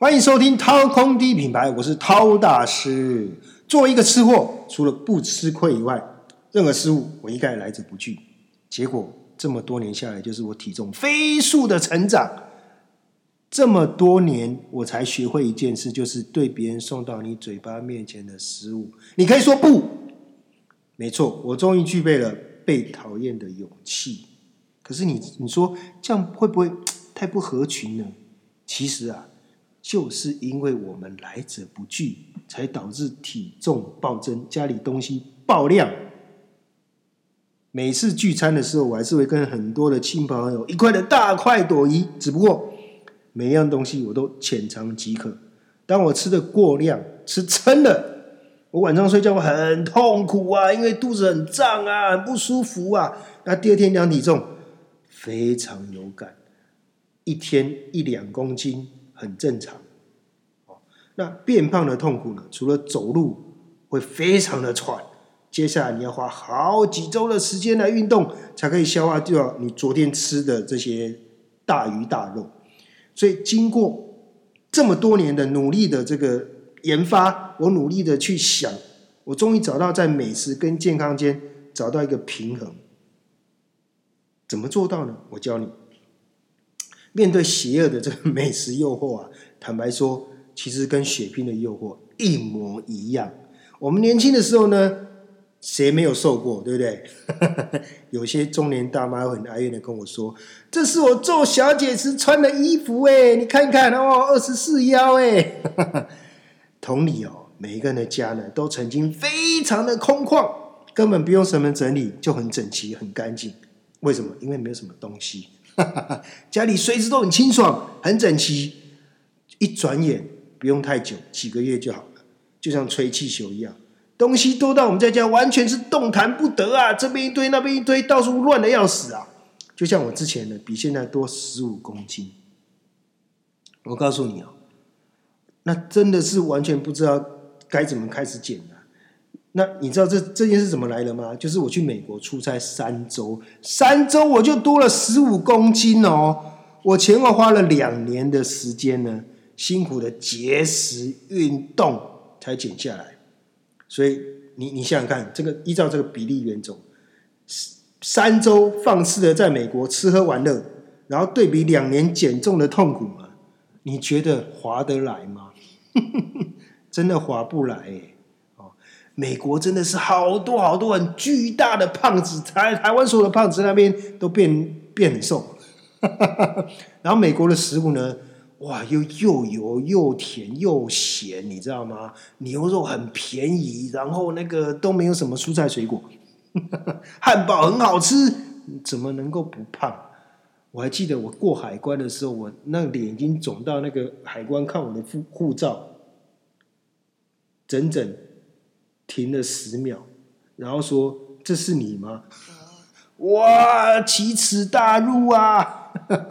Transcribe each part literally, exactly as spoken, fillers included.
欢迎收听掏空第一品牌，我是掏大师。作为一个吃货，除了不吃亏以外，任何失误我一概来者不拒。结果这么多年下来，就是我体重飞速的成长。这么多年，我才学会一件事，就是对别人送到你嘴巴面前的食物，你可以说不。没错，我终于具备了被讨厌的勇气。可是你你说这样会不会太不合群呢？其实啊，就是因为我们来者不拒，才导致体重暴增，家里东西爆量。每次聚餐的时候，我还是会跟很多的亲朋好友一块的大快朵颐，只不过每一样东西我都浅尝即可。当我吃的过量，吃撑了，我晚上睡觉很痛苦啊，因为肚子很胀啊，很不舒服啊。那第二天量体重，非常有感，一天一两公斤很正常。那变胖的痛苦呢？除了走路会非常的喘，接下来你要花好几周的时间来运动，才可以消化掉你昨天吃的这些大鱼大肉。所以经过这么多年的努力的这个研发，我努力的去想，我终于找到在美食跟健康间找到一个平衡。怎么做到呢？我教你。面对邪恶的这个美食诱惑啊，坦白说，其实跟血拼的诱惑一模一样。我们年轻的时候呢，谁没有瘦过，对不对？有些中年大妈会很哀怨的跟我说：“这是我做小姐时穿的衣服哎，你看看哦，二十四腰哎。”同理哦，每一个人的家呢，都曾经非常的空旷，根本不用什么整理，就很整齐、很干净。为什么？因为没有什么东西。家里随时都很清爽，很整齐。一转眼不用太久，几个月就好了，就像吹气球一样。东西多到我们在家完全是动弹不得啊！这边一堆，那边一堆，到处乱的要死啊！就像我之前呢，比现在多十五公斤。我告诉你哦，那真的是完全不知道该怎么开始减啊。那你知道这这件事怎么来的吗？就是我去美国出差三周，三周我就多了十五公斤哦。我前后花了两年的时间呢，辛苦的节食运动才减下来。所以你你想想看，这个依照这个比例原则，三周放肆的在美国吃喝玩乐，然后对比两年减重的痛苦嘛，你觉得划得来吗？真的划不来耶。美国真的是好多好多很巨大的胖子，台台湾所有的胖子那边都变变很瘦，然后美国的食物呢，哇，又又油又甜又咸，你知道吗？牛肉很便宜，然后那个都没有什么蔬菜水果，汉堡很好吃，怎么能够不胖？我还记得我过海关的时候，我那脸已经肿到那个海关看我的护护照，整整停了十秒，然后说：“这是你吗？”哇，奇耻大辱啊！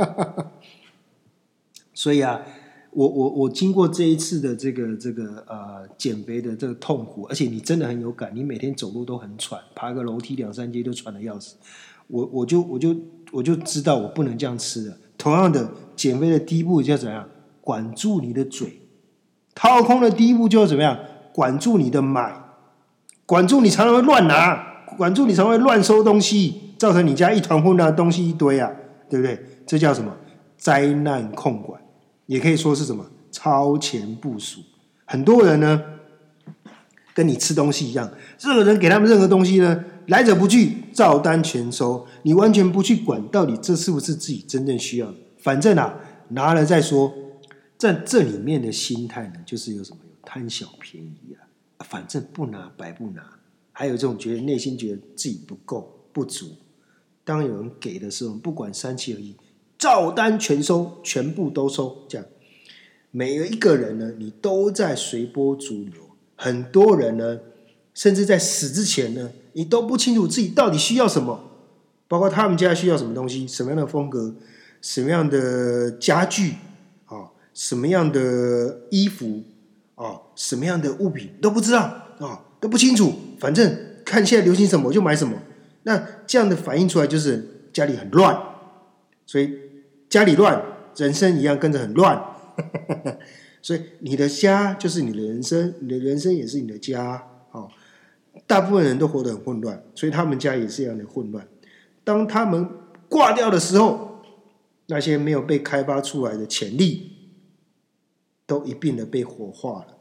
所以啊，我我我经过这一次的这个这个呃减肥的这个痛苦，而且你真的很有感，你每天走路都很喘，爬个楼梯两三阶就喘得要死。我我就我就我就知道我不能这样吃了。同样的，减肥的第一步就要怎样？管住你的嘴。掏空的第一步就要怎么样？管住你的买。管住你常常会乱拿，管住你常常会乱收东西，造成你家一团混乱的东西一堆啊，对不对？这叫什么？灾难控管，也可以说是什么？超前部署。很多人呢，跟你吃东西一样，任何人给他们任何东西呢，来者不拒，照单全收，你完全不去管到底这是不是自己真正需要的，反正啊，拿了再说。在这里面的心态呢，就是有什么？有贪小便宜啊。反正不拿白不拿，还有这种觉得内心觉得自己不够不足，当有人给的时候，不管三七二十一，照单全收，全部都收，这样每一个人呢，你都在随波逐流。很多人呢，甚至在死之前呢，你都不清楚自己到底需要什么，包括他们家需要什么东西，什么样的风格，什么样的家具，哦，什么样的衣服。哦，什么样的物品都不知道哦，都不清楚，反正看现在流行什么我就买什么。那这样的反映出来就是家里很乱，所以家里乱，人生一样跟着很乱。 所以你的家就是你的人生，你的人生也是你的家。哦，大部分人都活得很混乱，所以他们家也是一样的混乱。当他们挂掉的时候，那些没有被开发出来的潜力，都一并的被火化了。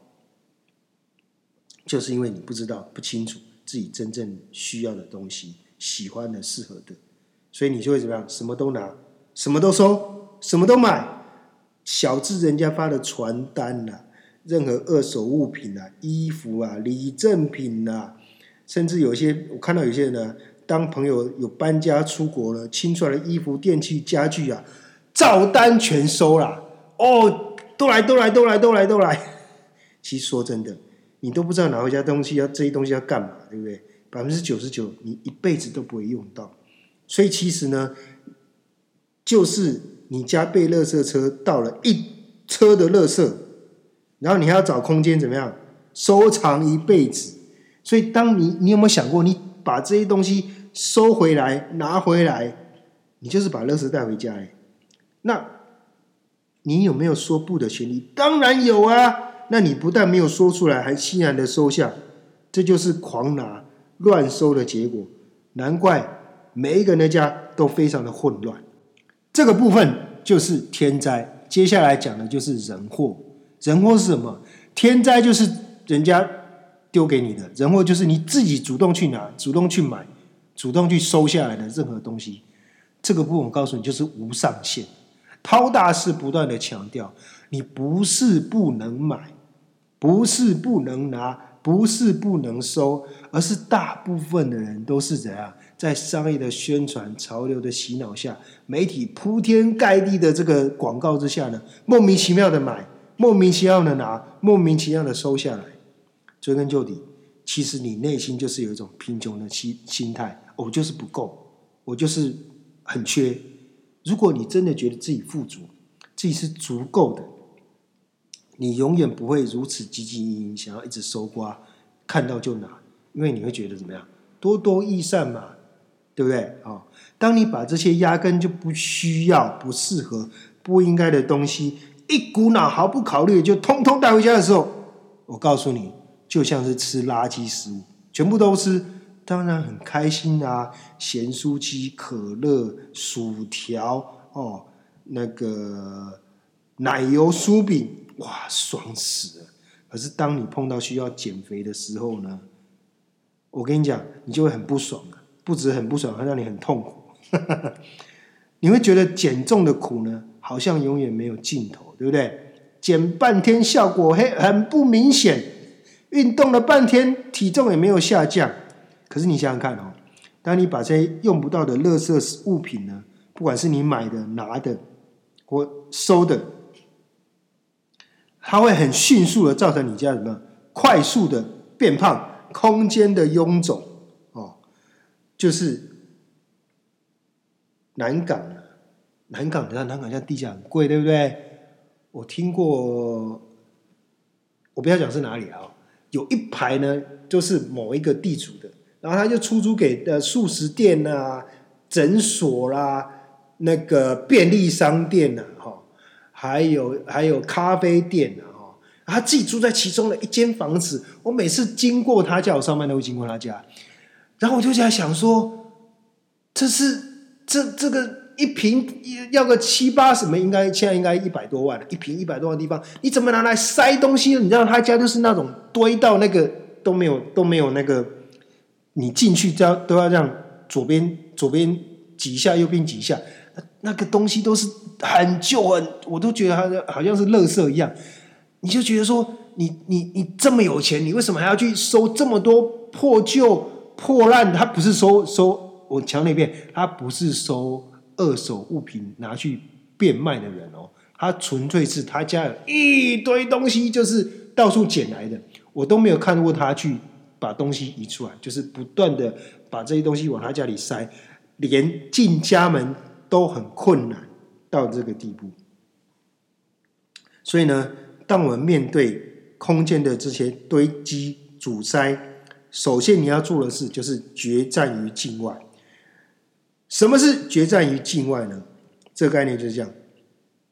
就是因为你不知道、不清楚自己真正需要的东西、喜欢的、适合的，所以你就会怎么样？什么都拿，什么都收，什么都买。小至人家发的传单啊，任何二手物品啊、衣服啊、礼赠品啊，甚至有些我看到有些人呢，当朋友有搬家出国了，清出来的衣服、电器、家具啊，照单全收啦。哦，都来，都来，都来，都来，都来。其实说真的，你都不知道拿回家东西要这些东西要干嘛，对不对？百分之九十九你一辈子都不会用到。所以其实呢，就是你家被垃圾车倒了一车的垃圾，然后你还要找空间怎么样收藏一辈子。所以当你你有没有想过，你把这些东西收回来拿回来，你就是把垃圾带回家耶。那你有没有说不的权利？当然有啊。那你不但没有说出来，还欣然的收下，这就是狂拿乱收的结果。难怪每一个人的家都非常的混乱。这个部分就是天灾，接下来讲的就是人祸。人祸是什么？天灾就是人家丢给你的，人祸就是你自己主动去拿、主动去买、主动去收下来的任何东西。这个部分我告诉你，就是无上限。涛大师不断的强调，你不是不能买，不是不能拿，不是不能收，而是大部分的人都是怎样，在商业的宣传、潮流的洗脑下，媒体铺天盖地的这个广告之下呢，莫名其妙的买，莫名其妙的拿，莫名其妙的收下来。追根究底，其实你内心就是有一种贫穷的心态，我就是不够，我就是很缺。如果你真的觉得自己富足，自己是足够的，你永远不会如此汲汲营营，想要一直搜刮，看到就拿，因为你会觉得怎么样？多多益善嘛，对不对？哦，当你把这些压根就不需要、不适合、不应该的东西，一股脑毫不考虑就通通带回家的时候，我告诉你，就像是吃垃圾食物，全部都吃。当然很开心啊，咸酥鸡、可乐、薯条哦，那个奶油酥饼，哇，爽死了！可是当你碰到需要减肥的时候呢，我跟你讲，你就会很不爽啊，不止很不爽，还让你很痛苦。你会觉得减重的苦呢，好像永远没有尽头，对不对？减半天效果嘿很不明显，运动了半天体重也没有下降。可是你想想看哦，当你把这些用不到的垃圾物品呢，不管是你买的、拿的或收的，它会很迅速的造成你家什么快速的变胖、空间的臃肿哦，就是南港啊，南港的南港现在地价很贵，对不对？我听过，我不要讲是哪里啊，有一排呢，就是某一个地主的。然后他就出租给的素食店啊、诊所啦、啊、那个便利商店啊，哈，还有还有咖啡店啊，哈，他自己住在其中的一间房子。我每次经过他家，我上班都会经过他家，然后我就在想说，这是这这个一坪要个七八十，应该现在应该一百多万了，一坪一百多万的地方，你怎么拿来塞东西？你知道他家就是那种堆到那个都没有都没有那个。你进去都要都要让左边左边挤一下，右边挤一下，那个东西都是很旧很，我都觉得它好像是垃圾一样。你就觉得说，你你你这么有钱，你为什么还要去收这么多破旧破烂？他不是收收，我强调一遍，他不是收二手物品拿去变卖的人哦，他纯粹是他家有一堆东西，就是到处捡来的，我都没有看过他去。把东西移出来，就是不断的把这些东西往他家里塞，连进家门都很困难到这个地步。所以呢，当我们面对空间的这些堆积阻塞，首先你要做的事就是决战于境外。什么是决战于境外呢？这个概念就是这样：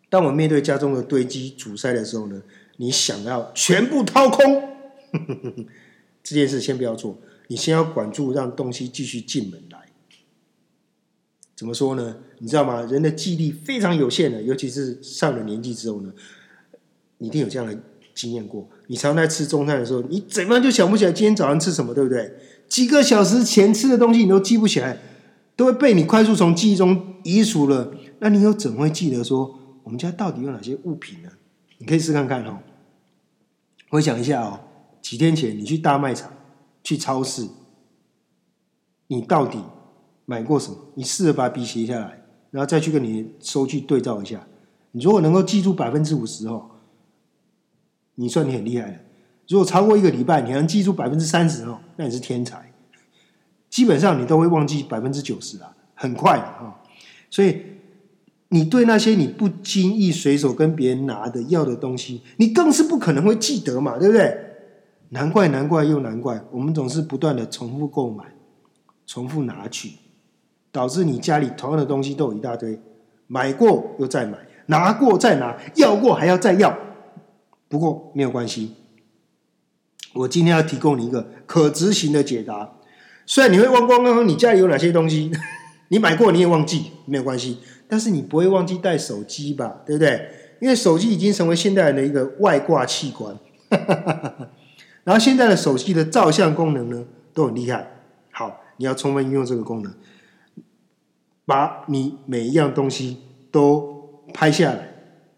当我面对家中的堆积阻塞的时候呢，你想要全部掏空，这件事先不要做，你先要管住，让东西继续进门来。怎么说呢？你知道吗？人的记忆力非常有限的，尤其是上了年纪之后呢，你一定有这样的经验过。你常在吃中餐的时候，你怎么样就想不起来今天早上吃什么，对不对？几个小时前吃的东西你都记不起来，都会被你快速从记忆中移除了。那你又怎么会记得说我们家到底有哪些物品呢？你可以试看看哦。回想一下哦，几天前你去大卖场、去超市，你到底买过什么？你试着把笔写下来，然后再去跟你的收据对照一下。你如果能够记住百分之五十哦，你算你很厉害了。如果超过一个礼拜，你还能记住百分之三十哦，那你是天才。基本上你都会忘记百分之九十啊，很快的哈。所以你对那些你不经意随手跟别人拿的要的东西，你更是不可能会记得嘛，对不对？难怪难怪又难怪，我们总是不断的重复购买，重复拿取，导致你家里同样的东西都有一大堆，买过又再买，拿过再拿，要过还要再要。不过没有关系，我今天要提供你一个可执行的解答。虽然你会忘光光你家里有哪些东西，你买过你也忘记，没有关系，但是你不会忘记带手机吧，对不对？因为手机已经成为现代人的一个外挂器官。然后现在的手机的照相功能呢都很厉害，好，你要充分运用这个功能，把你每一样东西都拍下来，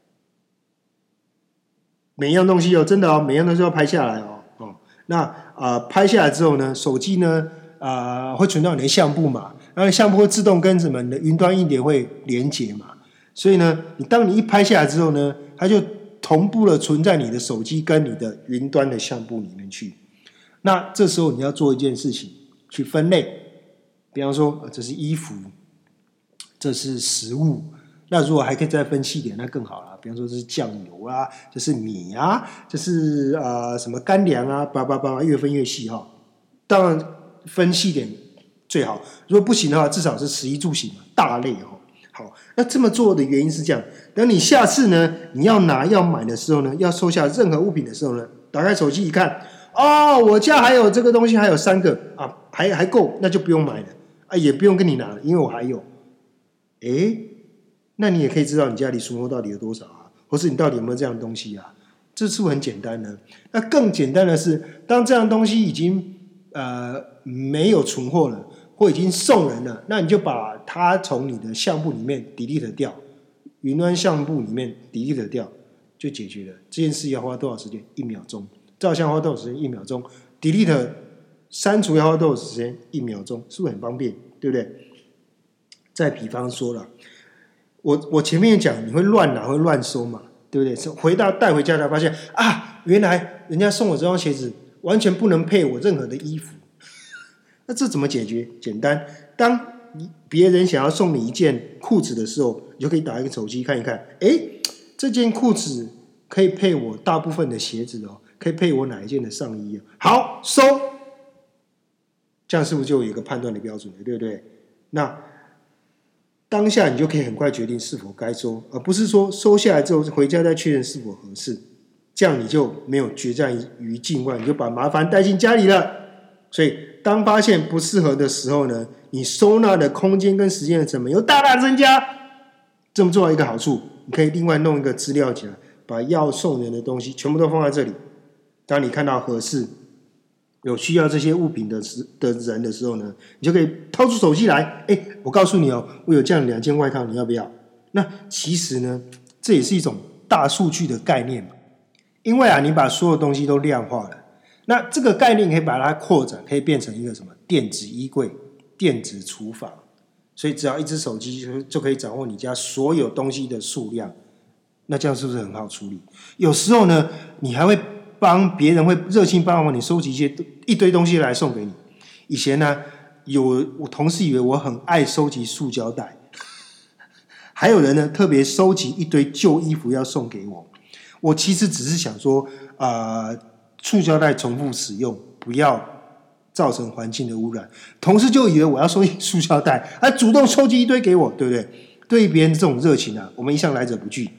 每一样东西哦，真的哦，每一样东西都要拍下来哦。哦，那啊、呃，拍下来之后呢，手机呢啊、呃、会存到你的相簿嘛，然后相簿会自动跟什么你的云端硬碟会连接嘛，所以呢，你当你一拍下来之后呢，它就同步的存在你的手机跟你的云端的相簿里面去。那这时候你要做一件事情，去分类。比方说，这是衣服，这是食物。那如果还可以再分细点，那更好了。比方说，这是酱油啊，这是米啊，这是啊、呃、什么干粮啊，叭叭叭，越分越细哈。当然分细点最好，如果不行的话，至少是食衣住行嘛，大类哈。好，那这么做的原因是这样：等你下次呢，你要拿要买的时候呢，要收下任何物品的时候呢，打开手机一看，哦，我家还有这个东西，还有三个啊，还还够，那就不用买了啊，也不用跟你拿了，因为我还有。诶，那你也可以知道你家里存货到底有多少啊，或是你到底有没有这样的东西啊？这是不是很简单呢？那更简单的是，当这样东西已经呃没有存货了，或已经送人了，那你就把它从你的相簿里面 delete 掉，云端相簿里面 delete 掉，就解决了。这件事要花多少时间？一秒钟。照相花多少时间？一秒钟。delete 删除要花多少时间？一秒钟，是不是很方便？对不对？再比方说了，我我前面讲你会乱拿会乱收嘛，对不对？回到带回家才发现啊，原来人家送我这双鞋子完全不能配我任何的衣服。那这怎么解决？简单，当别人想要送你一件裤子的时候，你就可以打开手机看一看，诶，这件裤子可以配我大部分的鞋子哦，可以配我哪一件的上衣啊？好，收，这样是不是就有一个判断的标准了，对不对？那当下你就可以很快决定是否该收，而不是说收下来之后回家再确认是否合适，这样你就没有决战于境外，你就把麻烦带进家里了。所以当发现不适合的时候呢，你收纳的空间跟时间的成本又大大增加。这么做一个好处，你可以另外弄一个资料夹，把要送人的东西全部都放在这里。当你看到合适、有需要这些物品的的人的时候呢，你就可以掏出手机来，哎，我告诉你哦，我有这样两件外套，你要不要？那其实呢，这也是一种大数据的概念嘛，因为啊，你把所有东西都量化了。那这个概念可以把它扩展，可以变成一个什么电子衣柜、电子厨房，所以只要一只手机就就可以掌握你家所有东西的数量，那这样是不是很好处理？有时候呢，你还会帮别人会热心帮忙你收集一些一堆东西来送给你。以前呢，有我同事以为我很爱收集塑胶袋，还有人呢特别收集一堆旧衣服要送给我。我其实只是想说，呃。塑胶袋重复使用，不要造成环境的污染。同事就以为我要收集塑胶袋，还主动收集一堆给我，对不对？对于别人这种热情啊，我们一向来者不拒。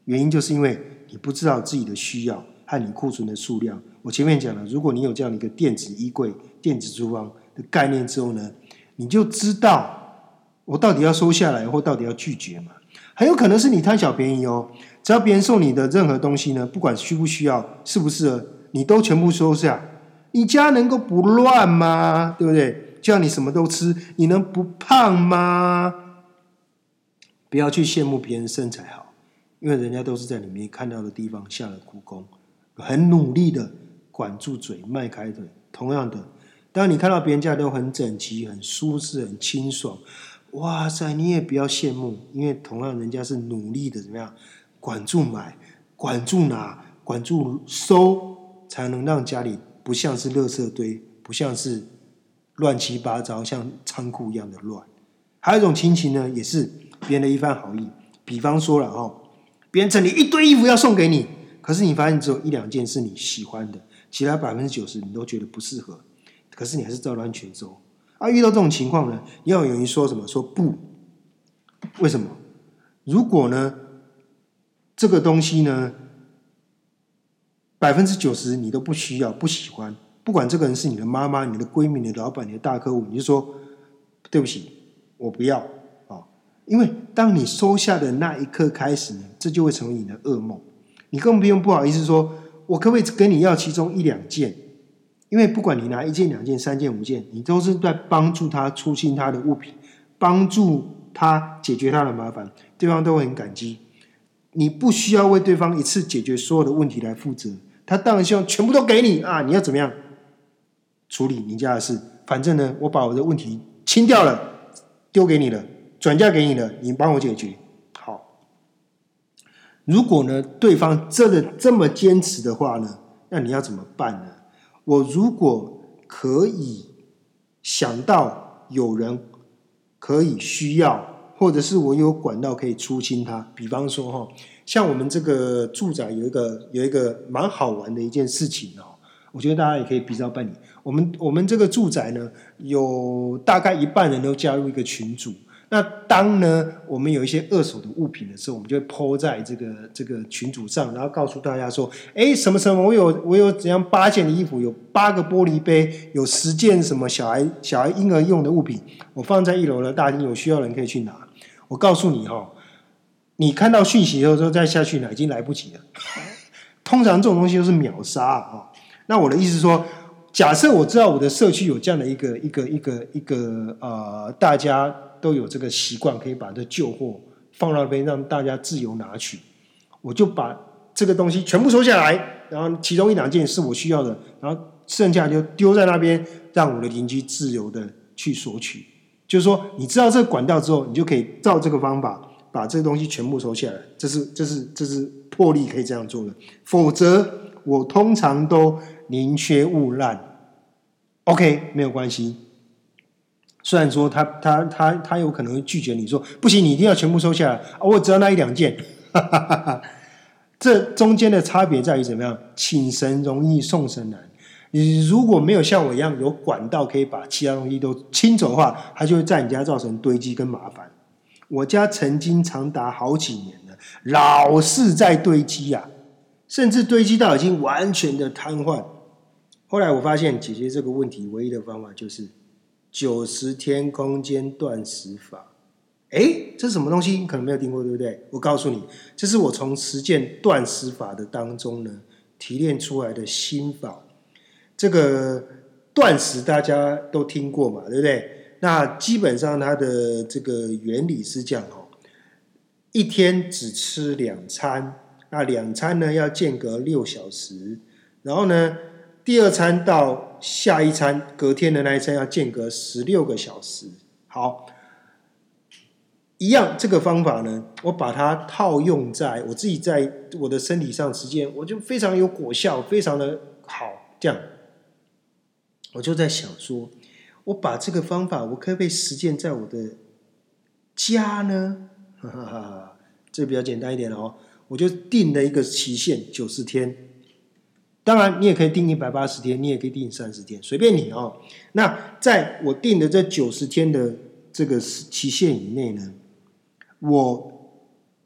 原因就是因为你不知道自己的需要和你库存的数量。我前面讲了，如果你有这样的一个电子衣柜、电子厨房的概念之后呢，你就知道我到底要收下来或到底要拒绝嘛。很有可能是你贪小便宜哦，只要别人送你的任何东西呢，不管需不需要、适不适合，你都全部收下。你家能够不乱吗？对不对？就像你什么都吃，你能不胖吗？不要去羡慕别人身材好，因为人家都是在你没看到的地方下了苦功，很努力的管住嘴、迈开腿。同样的，当你看到别人家都很整齐、很舒适、很清爽，哇塞，你也不要羡慕，因为同样人家是努力的，怎么样？管住买，管住拿，管住收，才能让家里不像是垃圾堆，不像是乱七八糟，像仓库一样的乱。还有一种情形呢，也是别人的一番好意，比方说了哦，别人整理一堆衣服要送给你，可是你发现只有一两件是你喜欢的，其他百分之九十你都觉得不适合，可是你还是照单全收。啊，遇到这种情况呢，要有人说什么？说不，为什么？如果呢，这个东西呢，百分之九十你都不需要、不喜欢，不管这个人是你的妈妈、你的闺蜜、你的老板、你的大客户，你就说对不起，我不要啊！因为当你收下的那一刻开始呢，这就会成为你的噩梦。你更不用不好意思说，我可不可以跟你要其中一两件？因为不管你拿一件、两件、三件、五件，你都是在帮助他出清他的物品，帮助他解决他的麻烦，对方都会很感激。你不需要为对方一次解决所有的问题来负责，他当然希望全部都给你啊！你要怎么样处理你家的事？反正呢，我把我的问题清掉了，丢给你了，转嫁给你了，你帮我解决。好，如果呢对方真的这么坚持的话呢，那你要怎么办呢？我如果可以想到有人可以需要，或者是我有管道可以出清它，比方说哈，像我们这个住宅有一个有一个蛮好玩的一件事情哦，我觉得大家也可以比照办理。我们我们这个住宅呢，有大概一半人都加入一个群组。那当呢我们有一些二手的物品的时候，我们就会 po 在这个这个群组上，然后告诉大家说，哎，什么什么，我有我有怎样八件的衣服，有八个玻璃杯，有十件什么小孩小孩婴儿用的物品，我放在一楼的大厅，有需要的人可以去拿。我告诉你哈、哦，你看到讯息的时候再下去拿，已经来不及了。通常这种东西都是秒杀啊、哦。那我的意思是说，假设我知道我的社区有这样的一个一个一个一个呃，大家都有这个习惯，可以把这旧货放到那边，让大家自由拿取。我就把这个东西全部收下来，然后其中一两件是我需要的，然后剩下就丢在那边，让我的邻居自由的去索取。就是说，你知道这个管道之后，你就可以照这个方法把这个东西全部收下来。这是这是这是魄力可以这样做的，否则我通常都宁缺毋滥。OK， 没有关系。虽然说他他他他有可能会拒绝你说不行，你一定要全部收下来啊！我只要那一两件。这中间的差别在于怎么样？请神容易送神难。你如果没有像我一样有管道可以把其他东西都清走的话，它就会在你家造成堆积跟麻烦。我家曾经长达好几年了，老是在堆积啊，甚至堆积到已经完全的瘫痪。后来我发现解决这个问题唯一的方法就是九十天空间断食法。诶，这是什么东西？你可能没有听过，对不对？我告诉你，这是我从实践断食法的当中呢提炼出来的心法。这个断食大家都听过嘛，对不对？那基本上它的这个原理是这样哦，一天只吃两餐，那两餐呢要间隔六小时，然后呢第二餐到下一餐隔天的那一餐要间隔十六个小时。好，一样这个方法呢，我把它套用在我自己在我的身体上实践，我就非常有果效，非常的好。这样，我就在想说，我把这个方法，我可不可以实践在我的家呢？哈哈哈哈，这比较简单一点哦。我就定了一个期限，九十天。当然，你也可以定一百八十天，你也可以定三十天，随便你哦。那在我定的这九十天的这个期限以内呢，我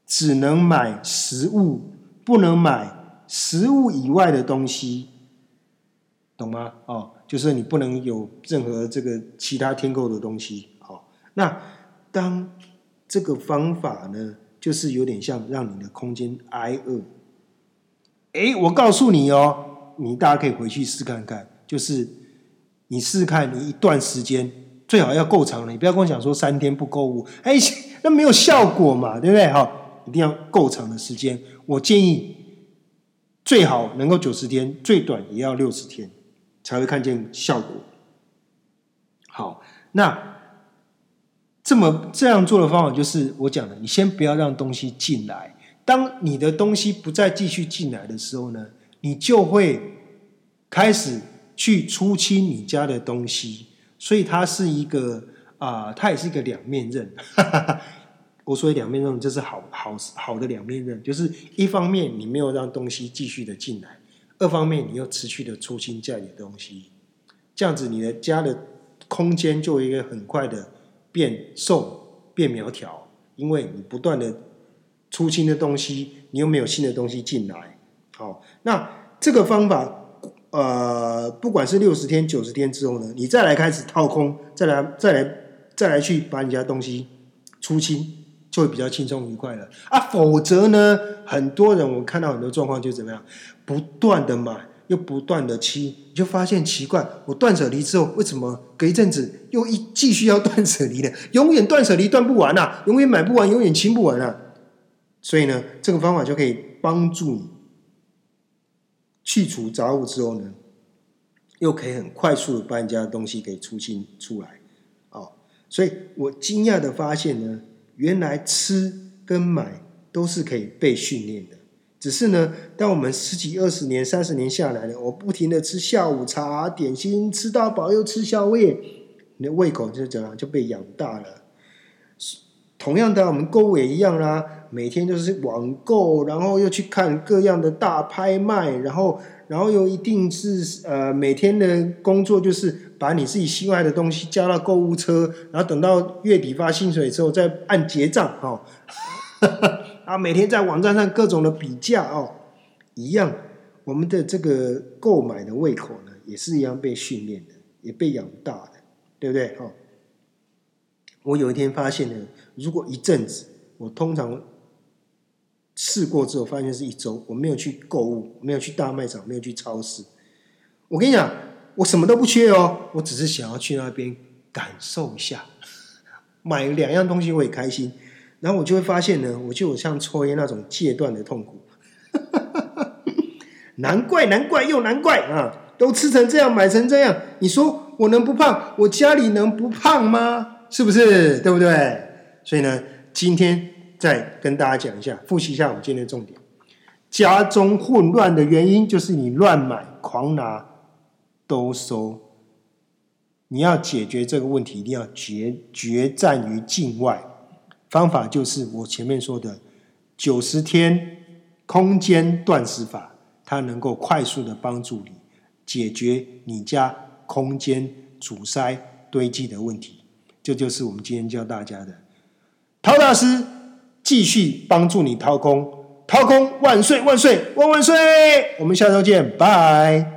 只能买食物，不能买食物以外的东西，懂吗？哦，就是你不能有任何这个其他添购的东西。哦，那当这个方法呢，就是有点像让你的空间挨饿。诶，我告诉你哦，你大家可以回去试看看，就是你试试看，你一段时间最好要够长了，你不要跟我讲说三天不购物，哎，那没有效果嘛，对不对？好，一定要够长的时间。我建议最好能够九十天，最短也要六十天，才会看见效果。好，那这么这样做的方法就是我讲的，你先不要让东西进来。当你的东西不再继续进来的时候呢，你就会开始去出清你家的东西。所以它是一个啊、呃，它也是一个两面刃。我说的两面刃，就是好好好的两面刃，就是一方面你没有让东西继续的进来，二方面你又持续的出清家里的东西，这样子你的家的空间就会很快的变瘦变苗条，因为你不断的出清的东西，你又没有新的东西进来。好，那这个方法。呃，不管是六十天、九十天之后呢，你再来开始掏空，再来、再来、再来去把你家东西出清，就会比较轻松愉快了啊。否则呢，很多人我看到很多状况就怎么样，不断的买，又不断的清，你就发现奇怪，我断舍离之后，为什么隔一阵子又一继续要断舍离呢？永远断舍离断不完啊，永远买不完，永远清不完啊。所以呢，这个方法就可以帮助你。去除杂物之后呢，又可以很快速的把你家的东西给出清出来。哦，所以我惊讶的发现呢，原来吃跟买都是可以被训练的。只是呢，当我们十几、二十年、三十年下来呢，我不停的吃下午茶、点心，吃到饱又吃宵夜，你的胃口就怎样就被养大了。同样的，我们购物也一样啦，每天就是网购，然后又去看各样的大拍卖，然后，然后又一定是呃每天的工作就是把你自己心爱的东西加到购物车，然后等到月底发薪水之后再按结账哦，啊，每天在网站上各种的比价哦，一样，我们的这个购买的胃口呢，也是一样被训练的，也被养大的，对不对？哦。我有一天发现呢，如果一阵子，我通常试过之后，发现是一周，我没有去购物，没有去大卖场，没有去超市。我跟你讲，我什么都不缺哦，我只是想要去那边感受一下，买两样东西我也开心。然后我就会发现呢，我就有像抽烟那种戒断的痛苦。难怪，难怪又难怪啊！都吃成这样，买成这样，你说我能不胖？我家里能不胖吗？是不是？对不对？所以呢，今天再跟大家讲一下，复习一下我们今天的重点。家中混乱的原因就是你乱买、狂拿、都收。你要解决这个问题，一定要决决战于境外。方法就是我前面说的九十天空间断食法，它能够快速的帮助你解决你家空间阻塞堆积的问题。这就是我们今天教大家的，陶大师继续帮助你掏空，掏空万岁万岁万万岁！我们下周见，拜。